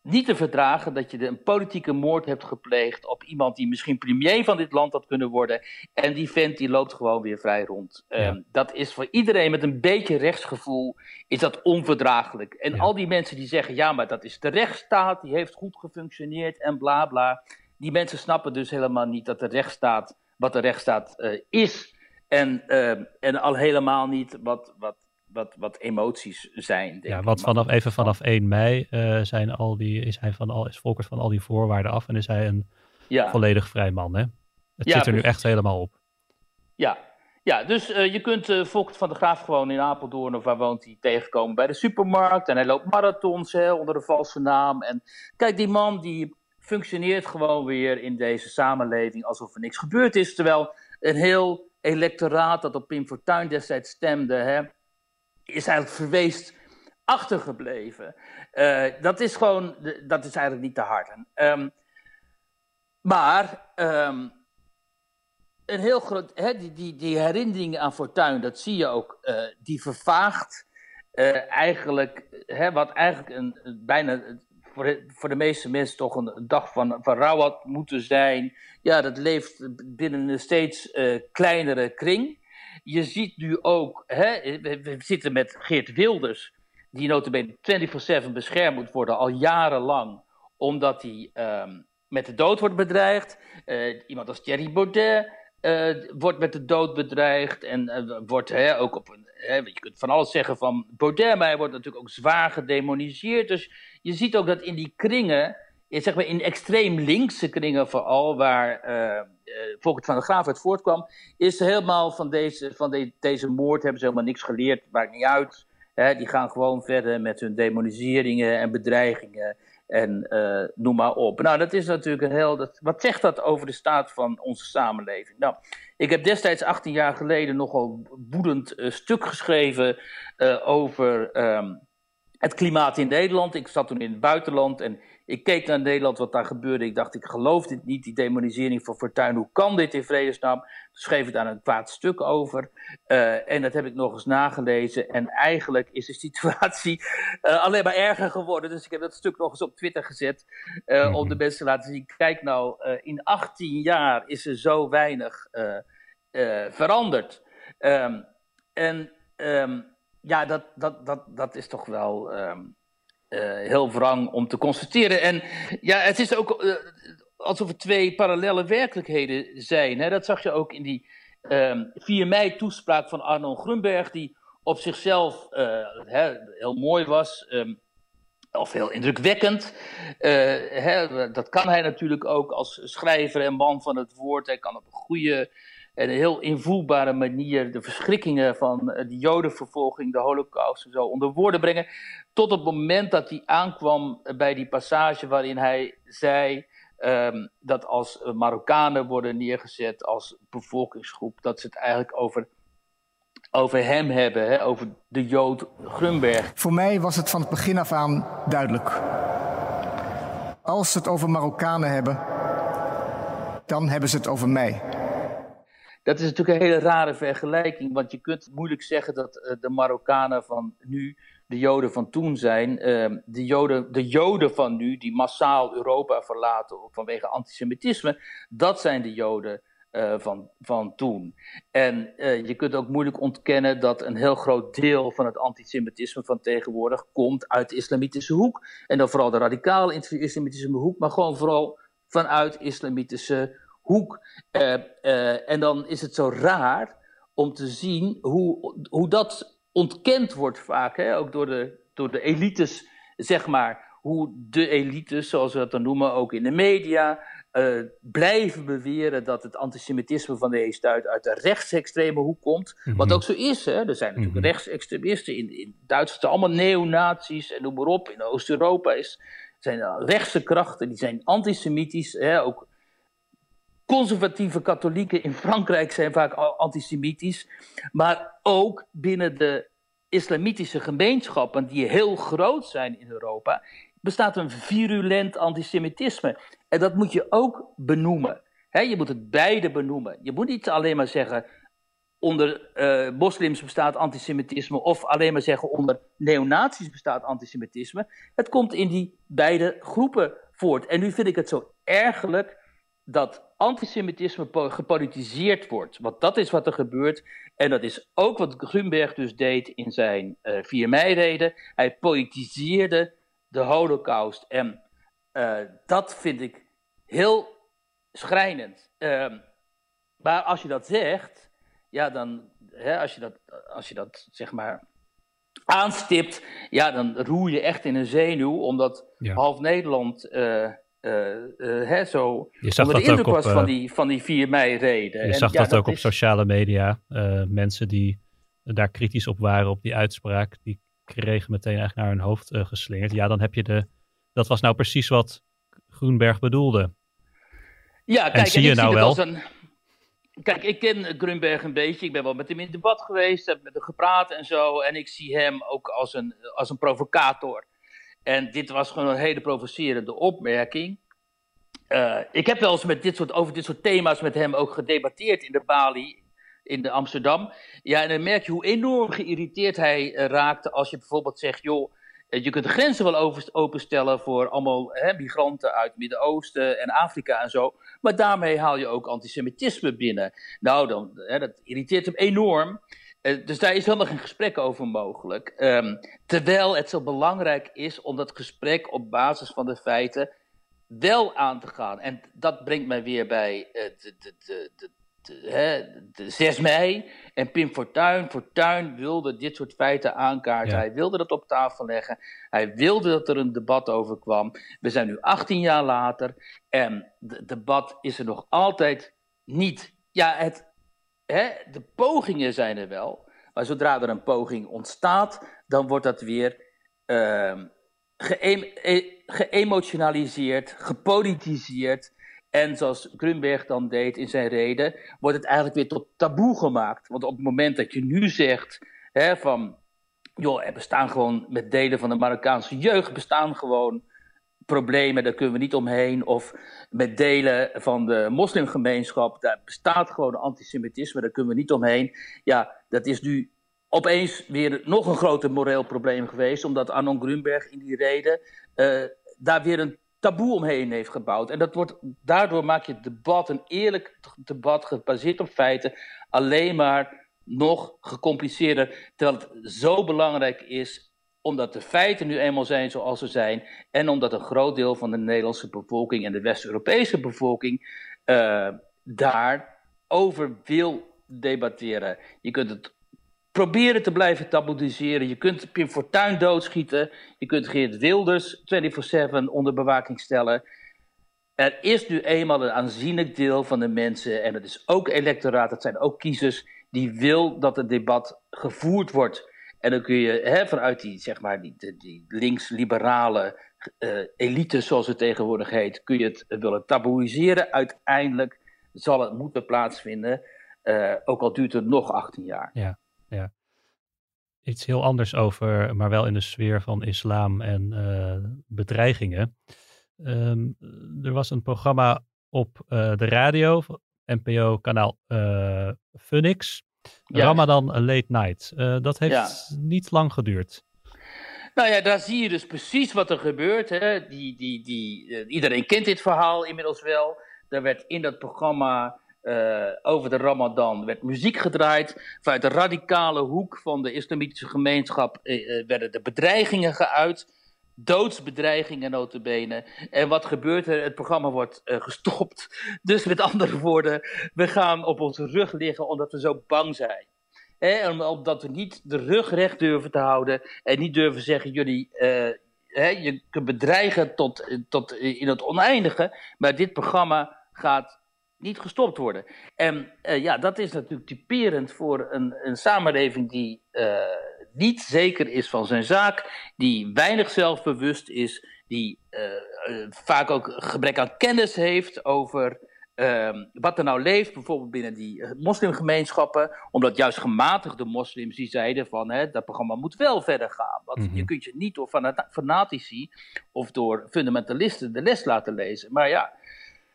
niet te verdragen dat je een politieke moord hebt gepleegd op iemand die misschien premier van dit land had kunnen worden. En die vent die loopt gewoon weer vrij rond. Ja. Um, dat is voor iedereen met een beetje rechtsgevoel is dat onverdraaglijk. En ja. al die mensen die zeggen, ja, maar dat is de rechtsstaat, die heeft goed gefunctioneerd en bla bla. Die mensen snappen dus helemaal niet dat de rechtsstaat, wat de rechtsstaat uh, is. En, uh, en al helemaal niet wat... wat Wat, wat emoties zijn. Denk ja, wat vanaf, even vanaf één mei uh, zijn al die, is hij van al, is Volkert van al die voorwaarden af en is hij een ja. volledig vrij man. Hè? Het ja, zit er nu echt helemaal op. Ja, ja dus uh, je kunt uh, Volkert van der Graaf gewoon in Apeldoorn of waar woont hij tegenkomen bij de supermarkt. En hij loopt marathons hè, onder een valse naam. En kijk, die man die functioneert gewoon weer in deze samenleving alsof er niks gebeurd is. Terwijl een heel electoraat dat op Pim Fortuyn destijds stemde, hè, is eigenlijk verweest achtergebleven. Uh, dat is gewoon, dat is eigenlijk niet te hard. Um, maar um, een heel groot, hè, die, die, die herinneringen aan Fortuyn, dat zie je ook, uh, die vervaagt uh, eigenlijk, hè, wat eigenlijk een, een bijna voor de, voor de meeste mensen toch een, een dag van, van rouw had moeten zijn. Ja, dat leeft binnen een steeds uh, kleinere kring. Je ziet nu ook, hè, we zitten met Geert Wilders, die nota bene vierentwintig zeven beschermd moet worden al jarenlang, omdat hij um, met de dood wordt bedreigd. Uh, iemand als Thierry Baudet uh, wordt met de dood bedreigd en uh, wordt hè, ook op een, hè, je kunt van alles zeggen van Baudet, maar hij wordt natuurlijk ook zwaar gedemoniseerd. Dus je ziet ook dat in die kringen, zeg maar in extreem linkse kringen vooral, waar uh, uh, Volkert van der Graaf uit voortkwam, is helemaal van, deze, van de, deze moord hebben ze helemaal niks geleerd, maakt niet uit. Hè, die gaan gewoon verder met hun demoniseringen en bedreigingen en uh, noem maar op. Nou, dat is natuurlijk een heel... Dat, wat zegt dat over de staat van onze samenleving? Nou, ik heb destijds achttien jaar geleden nogal woedend uh, stuk geschreven uh, over um, het klimaat in Nederland. Ik zat toen in het buitenland en ik keek naar Nederland, wat daar gebeurde. Ik dacht, ik geloof dit niet, die demonisering van Fortuyn. Hoe kan dit in vredesnaam? Toen schreef ik daar een kwaad stuk over. Uh, en dat heb ik nog eens nagelezen. En eigenlijk is de situatie uh, alleen maar erger geworden. Dus ik heb dat stuk nog eens op Twitter gezet. Uh, mm-hmm. Om de mensen te laten zien. Kijk nou, uh, in achttien jaar is er zo weinig uh, uh, veranderd. Um, en um, ja, dat, dat, dat, dat is toch wel... Um, Uh, heel wrang om te constateren. En ja, het is ook uh, alsof er twee parallele werkelijkheden zijn. Hè? Dat zag je ook in die um, vier mei toespraak van Arnold Grunberg, die op zichzelf uh, hè, heel mooi was, um, of heel indrukwekkend. Uh, hè, dat kan hij natuurlijk ook als schrijver en man van het woord. Hij kan op een goede en een heel invoelbare manier de verschrikkingen van de Jodenvervolging, de Holocaust en zo onder woorden brengen. Tot het moment dat hij aankwam bij die passage waarin hij zei um, dat als Marokkanen worden neergezet als bevolkingsgroep, dat ze het eigenlijk over, over hem hebben, hè, over de Jood Grunberg. Voor mij was het van het begin af aan duidelijk. Als ze het over Marokkanen hebben, dan hebben ze het over mij. Dat is natuurlijk een hele rare vergelijking, want je kunt moeilijk zeggen dat uh, de Marokkanen van nu de Joden van toen zijn. Uh, de, Joden, de Joden van nu, die massaal Europa verlaten vanwege antisemitisme, dat zijn de Joden uh, van, van toen. En uh, je kunt ook moeilijk ontkennen dat een heel groot deel van het antisemitisme van tegenwoordig komt uit de islamitische hoek. En dan vooral de radicale islamitische hoek, maar gewoon vooral vanuit islamitische hoek. Uh, uh, en dan is het zo raar om te zien hoe, hoe dat ontkend wordt vaak, hè? Ook door de, door de elites, zeg maar. Hoe de elites, zoals we dat dan noemen, ook in de media, uh, blijven beweren dat het antisemitisme van deze tijd uit de rechtsextreme hoek komt. Mm-hmm. Wat ook zo is, hè. Er zijn natuurlijk mm-hmm. rechtsextremisten in, in Duitsland, allemaal neonazies en noem maar op. In Oost-Europa is, zijn rechtse krachten, die zijn antisemitisch, hè, ook. Conservatieve katholieken in Frankrijk zijn vaak antisemitisch. Maar ook binnen de islamitische gemeenschappen, die heel groot zijn in Europa, bestaat een virulent antisemitisme. En dat moet je ook benoemen. He, je moet het beide benoemen. Je moet niet alleen maar zeggen, onder uh, moslims bestaat antisemitisme of alleen maar zeggen onder neonazies bestaat antisemitisme. Het komt in die beide groepen voort. En nu vind ik het zo ergerlijk dat antisemitisme po- gepolitiseerd wordt. Want dat is wat er gebeurt. En dat is ook wat Grunberg dus deed in zijn uh, vier mei-reden. Hij politiseerde de Holocaust. En uh, dat vind ik heel schrijnend. Uh, maar als je dat zegt, ja, dan, hè, als je dat, als je dat zeg maar aanstipt, ja, dan roer je echt in een zenuw, omdat ja. half Nederland uh, uh, uh, hè, zo onder de indruk was op, van, die, van die vier mei-reden. Je en, zag ja, dat, dat ook is... op sociale media. Uh, mensen die daar kritisch op waren op die uitspraak, die kregen meteen eigenlijk naar hun hoofd uh, geslingerd. Ja, dan heb je de... Dat was nou precies wat Grunberg bedoelde. Ja, kijk, en, zie en je ik nou zie wel... het als een... Kijk, ik ken Grunberg een beetje. Ik ben wel met hem in debat geweest, heb met hem gepraat en zo. En ik zie hem ook als een, als een provocator. En dit was gewoon een hele provocerende opmerking. Uh, ik heb wel eens met dit soort, over dit soort thema's met hem ook gedebatteerd in de Bali in de Amsterdam. Ja, en dan merk je hoe enorm geïrriteerd hij uh, raakte als je bijvoorbeeld zegt, joh, je kunt de grenzen wel over, openstellen voor allemaal hè, migranten uit het Midden-Oosten en Afrika en zo. Maar daarmee haal je ook antisemitisme binnen. Nou, dan, hè, dat irriteert hem enorm. Uh, dus daar is helemaal geen gesprek over mogelijk. Um, terwijl het zo belangrijk is om dat gesprek op basis van de feiten wel aan te gaan. En dat brengt mij weer bij uh, de, de, de, de, de, hè, de zes mei. En Pim Fortuyn. Fortuyn wilde dit soort feiten aankaarten. Ja. Hij wilde dat op tafel leggen. Hij wilde dat er een debat over kwam. We zijn nu achttien jaar later. En het debat is er nog altijd niet. Ja, het, hè, de pogingen zijn er wel. Maar zodra er een poging ontstaat, dan wordt dat weer Uh, Ge- geëmotionaliseerd, gepolitiseerd. En zoals Grunberg dan deed in zijn reden, wordt het eigenlijk weer tot taboe gemaakt. Want op het moment dat je nu zegt hè, van, joh, er bestaan gewoon met delen van de Marokkaanse jeugd bestaan gewoon problemen, daar kunnen we niet omheen. Of met delen van de moslimgemeenschap, daar bestaat gewoon antisemitisme, daar kunnen we niet omheen. Ja, dat is nu opeens weer nog een groter moreel probleem geweest, omdat Arnon Grunberg in die reden uh, daar weer een taboe omheen heeft gebouwd. En dat wordt, daardoor maak je het debat, een eerlijk debat gebaseerd op feiten, alleen maar nog gecompliceerder. Terwijl het zo belangrijk is, omdat de feiten nu eenmaal zijn zoals ze zijn, en omdat een groot deel van de Nederlandse bevolking en de West-Europese bevolking uh, daarover wil debatteren. Je kunt het proberen te blijven taboeiseren. Je kunt Pim Fortuyn doodschieten. Je kunt Geert Wilders vierentwintig zeven onder bewaking stellen. Er is nu eenmaal een aanzienlijk deel van de mensen, en dat is ook electoraat, dat zijn ook kiezers, die wil dat het debat gevoerd wordt. En dan kun je hè, vanuit die, zeg maar, die, die, die links-liberale uh, elite, zoals het tegenwoordig heet, kun je het willen taboeiseren. Uiteindelijk zal het moeten plaatsvinden, uh, ook al duurt het nog achttien jaar. Ja. Ja, iets heel anders over, maar wel in de sfeer van islam en uh, bedreigingen. Um, er was een programma op uh, de radio, N P O kanaal uh, Phoenix, ja. Ramadan Late Night. Uh, dat heeft ja. niet lang geduurd. Nou ja, daar zie je dus precies wat er gebeurt. Hè. Die, die, die, uh, iedereen kent dit verhaal inmiddels wel. Er werd in dat programma Uh, over de Ramadan werd muziek gedraaid. Vanuit de radicale hoek van de islamitische gemeenschap uh, werden de bedreigingen geuit. Doodsbedreigingen nota bene. En wat gebeurt er? Het programma wordt uh, gestopt. Dus met andere woorden, we gaan op onze rug liggen omdat we zo bang zijn. En omdat we niet de rug recht durven te houden en niet durven zeggen, jullie, uh, hè, je kunt bedreigen tot, tot in het oneindige, maar dit programma gaat niet gestopt worden. En uh, ja, dat is natuurlijk typerend voor een, een samenleving die uh, niet zeker is van zijn zaak, die weinig zelfbewust is, die uh, uh, vaak ook gebrek aan kennis heeft over uh, wat er nou leeft, bijvoorbeeld binnen die uh, moslimgemeenschappen, omdat juist gematigde moslims die zeiden van, hè, dat programma moet wel verder gaan. Want mm-hmm. je kunt je niet door fanatici of door fundamentalisten de les laten lezen. Maar ja,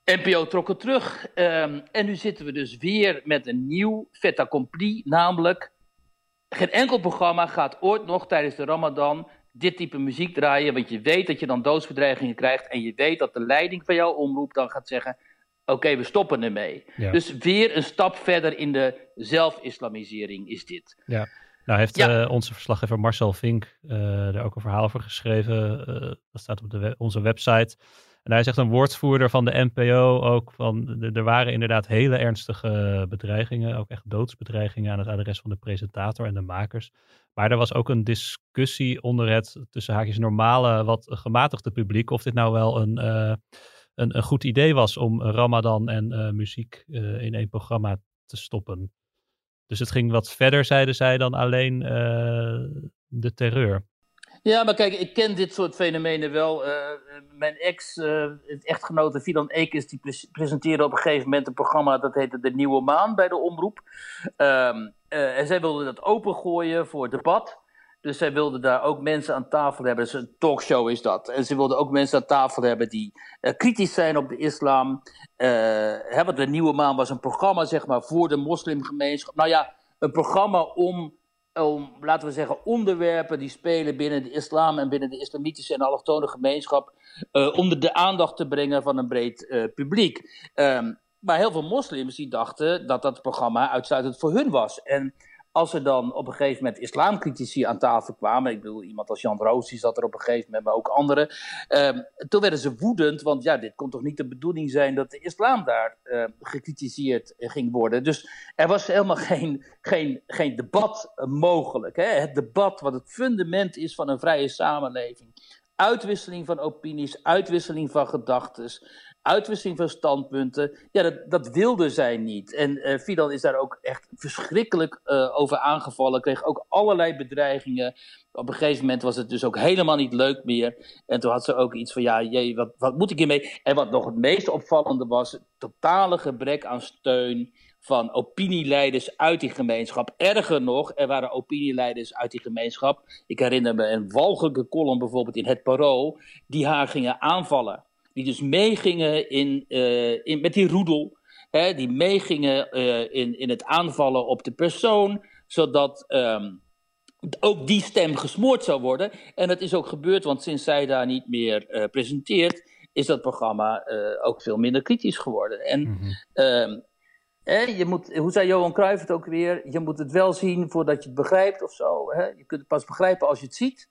N P O trok het terug. Um, en nu zitten we dus weer met een nieuw fait accompli. Namelijk, geen enkel programma gaat ooit nog tijdens de Ramadan dit type muziek draaien. Want je weet dat je dan doodsbedreigingen krijgt. En je weet dat de leiding van jouw omroep dan gaat zeggen, oké, okay, we stoppen ermee. Ja. Dus weer een stap verder in de zelf-islamisering is dit. Ja. Nou heeft ja. uh, onze verslaggever Marcel Vink uh, er ook een verhaal over geschreven. Uh, dat staat op de we- onze website. En hij zegt, een woordvoerder van de N P O ook van, de, er waren inderdaad hele ernstige bedreigingen, ook echt doodsbedreigingen aan het adres van de presentator en de makers. Maar er was ook een discussie onder het, tussen haakjes, normale, wat gematigde publiek, of dit nou wel een, uh, een, een goed idee was om Ramadan en uh, muziek uh, in één programma te stoppen. Dus het ging wat verder, zeiden zij, dan alleen uh, de terreur. Ja, maar kijk, ik ken dit soort fenomenen wel. Uh, mijn ex, uh, echtgenote Fidan Ekes, die pre- presenteerde op een gegeven moment een programma dat heette De Nieuwe Maan bij de omroep. Um, uh, en zij wilde dat opengooien voor debat. Dus zij wilde daar ook mensen aan tafel hebben. Dus een talkshow is dat. En ze wilde ook mensen aan tafel hebben die uh, kritisch zijn op de islam. Uh, hè, want De Nieuwe Maan was een programma, zeg maar, voor de moslimgemeenschap. Nou ja, een programma om... om, laten we zeggen, onderwerpen die spelen binnen de islam en binnen de islamitische en allochtone gemeenschap, uh, onder de aandacht te brengen van een breed uh, publiek. Um, maar heel veel moslims die dachten dat dat programma uitsluitend voor hun was. En als er dan op een gegeven moment islamcritici aan tafel kwamen, ik bedoel, iemand als Jan Roos, die zat er op een gegeven moment, maar ook anderen, um, toen werden ze woedend, want ja, dit kon toch niet de bedoeling zijn dat de islam daar uh, gekritiseerd ging worden. Dus er was helemaal geen, geen, geen debat uh, mogelijk. Hè? Het debat, wat het fundament is van een vrije samenleving. Uitwisseling van opinies, uitwisseling van gedachten, uitwisseling van standpunten, ja, dat, dat wilde zij niet. En uh, Fidan is daar ook echt verschrikkelijk uh, over aangevallen, kreeg ook allerlei bedreigingen. Op een gegeven moment was het dus ook helemaal niet leuk meer. En toen had ze ook iets van, ja, jee, wat, wat moet ik hiermee? En wat nog het meest opvallende was, het totale gebrek aan steun van opinieleiders uit die gemeenschap. Erger nog, er waren opinieleiders uit die gemeenschap. Ik herinner me een walgelijke column bijvoorbeeld in Het Parool, die haar gingen aanvallen. Die dus meegingen in, uh, in, met die roedel, hè, die meegingen uh, in, in het aanvallen op de persoon, zodat um, ook die stem gesmoord zou worden. En dat is ook gebeurd, want sinds zij daar niet meer uh, presenteert, is dat programma uh, ook veel minder kritisch geworden. En mm-hmm. um, hè, je moet, hoe zei Johan Cruijff het ook weer, je moet het wel zien voordat je het begrijpt of zo. Hè? Je kunt het pas begrijpen als je het ziet.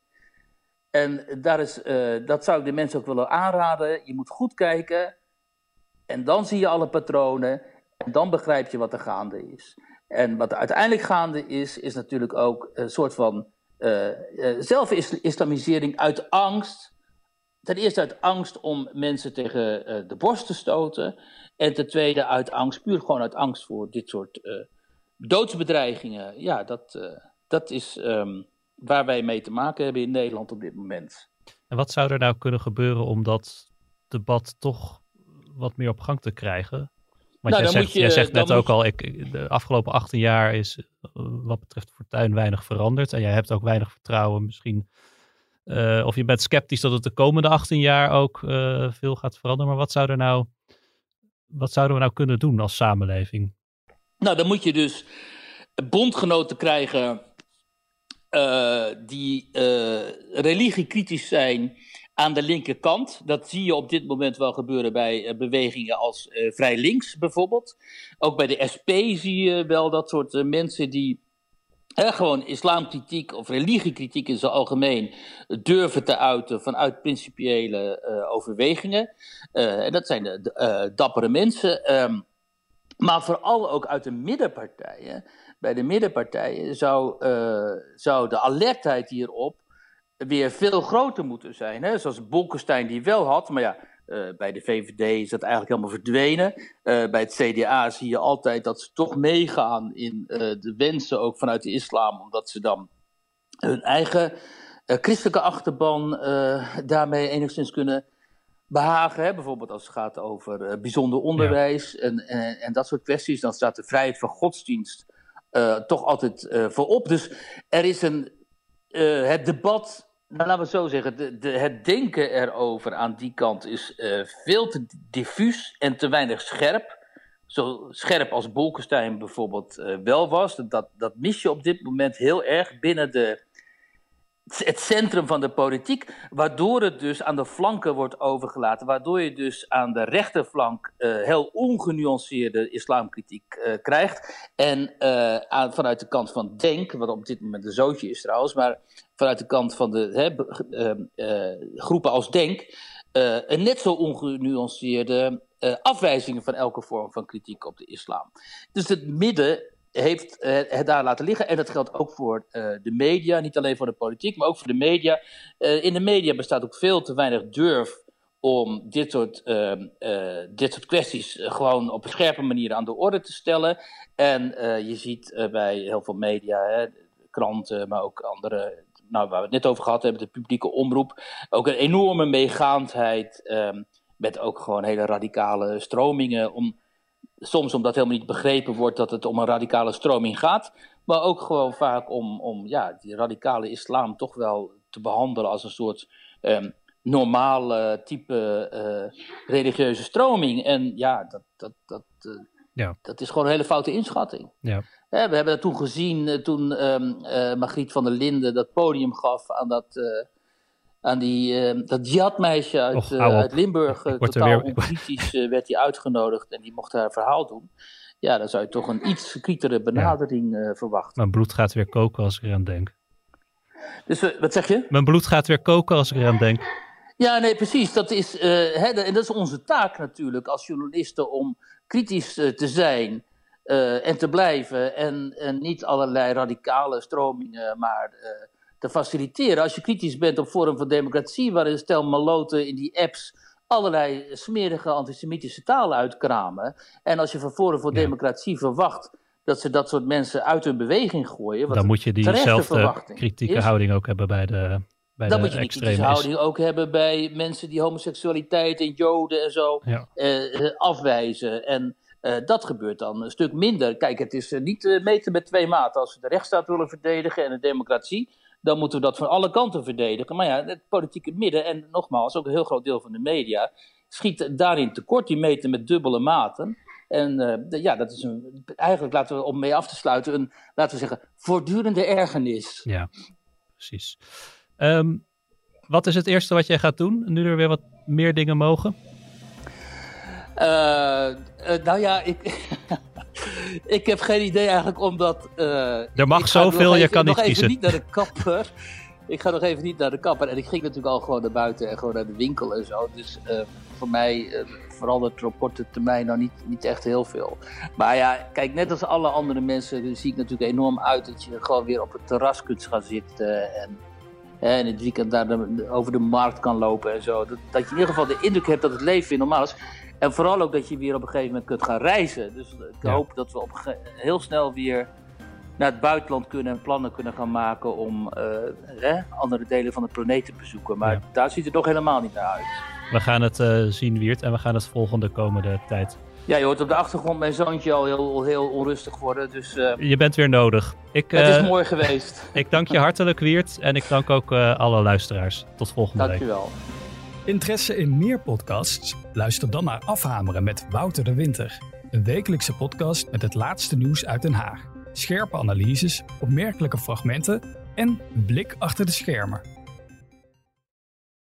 En daar is, uh, dat zou ik de mensen ook willen aanraden. Je moet goed kijken. En dan zie je alle patronen. En dan begrijp je wat er gaande is. En wat er uiteindelijk gaande is, is natuurlijk ook een soort van uh, uh, zelfislamisering uit angst. Ten eerste uit angst om mensen tegen uh, de borst te stoten. En ten tweede uit angst, puur gewoon uit angst voor dit soort uh, doodsbedreigingen. Ja, dat, uh, dat is... Um, waar wij mee te maken hebben in Nederland op dit moment. En wat zou er nou kunnen gebeuren om dat debat toch wat meer op gang te krijgen? Want nou, jij, zegt, je, jij zegt net ook je... al, ik, de afgelopen achttien jaar is wat betreft Fortuyn weinig veranderd. En jij hebt ook weinig vertrouwen misschien. Uh, of je bent sceptisch dat het de komende achttien jaar ook uh, veel gaat veranderen. Maar wat, zou er nou, wat zouden we nou kunnen doen als samenleving? Nou, dan moet je dus bondgenoten krijgen Uh, die uh, religiekritisch zijn aan de linkerkant. Dat zie je op dit moment wel gebeuren bij uh, bewegingen als uh, Vrij Links bijvoorbeeld. Ook bij de S P zie je wel dat soort uh, mensen die uh, gewoon islamkritiek of religiekritiek in zijn algemeen durven te uiten vanuit principiële uh, overwegingen. Uh, en dat zijn de, de uh, dappere mensen. Um, maar vooral ook uit de middenpartijen. Bij de middenpartijen zou, uh, zou de alertheid hierop weer veel groter moeten zijn. Hè? Zoals Bolkestein die wel had, maar ja, uh, bij de V V D is dat eigenlijk helemaal verdwenen. Uh, bij het C D A zie je altijd dat ze toch meegaan in uh, de wensen ook vanuit de islam, omdat ze dan hun eigen uh, christelijke achterban uh, daarmee enigszins kunnen behagen. Hè? Bijvoorbeeld als het gaat over uh, bijzonder onderwijs ja. en, en, en dat soort kwesties, dan staat de vrijheid van godsdienst Uh, toch altijd uh, voorop. Dus er is een, uh, het debat Nou, laten we het zo zeggen. De, de, het denken erover aan die kant is uh, veel te diffuus en te weinig scherp. Zo scherp als Bolkestein bijvoorbeeld uh, wel was. Dat, dat mis je op dit moment heel erg binnen de, het centrum van de politiek. Waardoor het dus aan de flanken wordt overgelaten. Waardoor je dus aan de rechterflank uh, heel ongenuanceerde islamkritiek uh, krijgt. En uh, aan, vanuit de kant van Denk, wat op dit moment een zootje is trouwens, maar vanuit de kant van de hè, uh, uh, groepen als Denk, uh, een net zo ongenuanceerde uh, afwijzingen van elke vorm van kritiek op de islam. Dus het midden heeft uh, het daar laten liggen. En dat geldt ook voor uh, de media, niet alleen voor de politiek, maar ook voor de media. Uh, in de media bestaat ook veel te weinig durf om dit soort, uh, uh, dit soort kwesties uh, gewoon op een scherpe manier aan de orde te stellen. En uh, je ziet uh, bij heel veel media, hè, kranten, maar ook andere, nou, waar we het net over gehad hebben, de publieke omroep, ook een enorme meegaandheid um, met ook gewoon hele radicale stromingen. Om, soms omdat helemaal niet begrepen wordt dat het om een radicale stroming gaat, maar ook gewoon vaak om, om ja, die radicale islam toch wel te behandelen als een soort um, normale type uh, religieuze stroming. En ja, dat, dat, dat, uh, ja. dat is gewoon een hele foute inschatting. Ja. Ja, we hebben dat toen gezien, uh, toen um, uh, Margriet van der Linden dat podium gaf aan dat, uh, aan die, uh, dat jihadmeisje uit, Och, uh, uit Limburg. Uh, totaal weer... onkritisch uh, werd die uitgenodigd en die mocht haar verhaal doen. Ja, dan zou je toch een iets krietere benadering ja. uh, verwachten. Mijn bloed gaat weer koken als ik eraan denk. Dus uh, wat zeg je? Mijn bloed gaat weer koken als ik eraan denk. Ja, nee, precies. Dat is, uh, hè, en dat is onze taak natuurlijk als journalisten om kritisch uh, te zijn uh, en te blijven. En, en niet allerlei radicale stromingen maar uh, te faciliteren. Als je kritisch bent op Forum voor Democratie, waar een stel maloten in die apps allerlei smerige antisemitische taal uitkramen. En als je van Forum voor ja. Democratie verwacht dat ze dat soort mensen uit hun beweging gooien. Wat dan moet je diezelfde kritieke is, houding ook hebben bij de bij Dan de moet je die kritische houding ook hebben bij mensen die homoseksualiteit en joden en zo ja. uh, afwijzen. En uh, dat gebeurt dan een stuk minder. Kijk, het is uh, niet uh, meten met twee maten. Als we de rechtsstaat willen verdedigen en de democratie, dan moeten we dat van alle kanten verdedigen. Maar ja, het politieke midden, en nogmaals, ook een heel groot deel van de media, schiet daarin tekort. Die meten met dubbele maten. En uh, de, ja, dat is een, eigenlijk, laten we om mee af te sluiten, een, laten we zeggen, voortdurende ergernis. Ja, precies. Um, wat is het eerste wat jij gaat doen, nu er weer wat meer dingen mogen? Uh, uh, nou ja, ik, ik heb geen idee eigenlijk, omdat... Uh, er mag zoveel, je kan niet kiezen. Ik ga nog even niet naar de kapper. Ik ga nog even niet naar de kapper. En ik ging natuurlijk al gewoon naar buiten en gewoon naar de winkel en zo. Dus uh, voor mij uh, verandert er op korte termijn nou niet, niet echt heel veel. Maar ja, kijk, net als alle andere mensen zie ik natuurlijk enorm uit dat je gewoon weer op het terras kunt gaan zitten en... En in het weekend daar de, over de markt kan lopen en zo. Dat, dat je in ieder geval de indruk hebt dat het leven weer normaal is. En vooral ook dat je weer op een gegeven moment kunt gaan reizen. Dus ik ja. hoop dat we op ge- heel snel weer naar het buitenland kunnen en plannen kunnen gaan maken om uh, eh, andere delen van de planeet te bezoeken. Maar ja. daar ziet het nog helemaal niet naar uit. We gaan het uh, zien, Wiert, en we gaan het volgen de komende tijd. Ja, je hoort op de achtergrond mijn zoontje al heel, heel onrustig worden. Dus, uh, je bent weer nodig. Ik, uh, het is mooi geweest. Ik dank je hartelijk, Wiert. En ik dank ook uh, alle luisteraars. Tot volgende dank week. Dank je wel. Interesse in meer podcasts? Luister dan naar Afhameren met Wouter de Winter. Een wekelijkse podcast met het laatste nieuws uit Den Haag. Scherpe analyses, opmerkelijke fragmenten en een blik achter de schermen.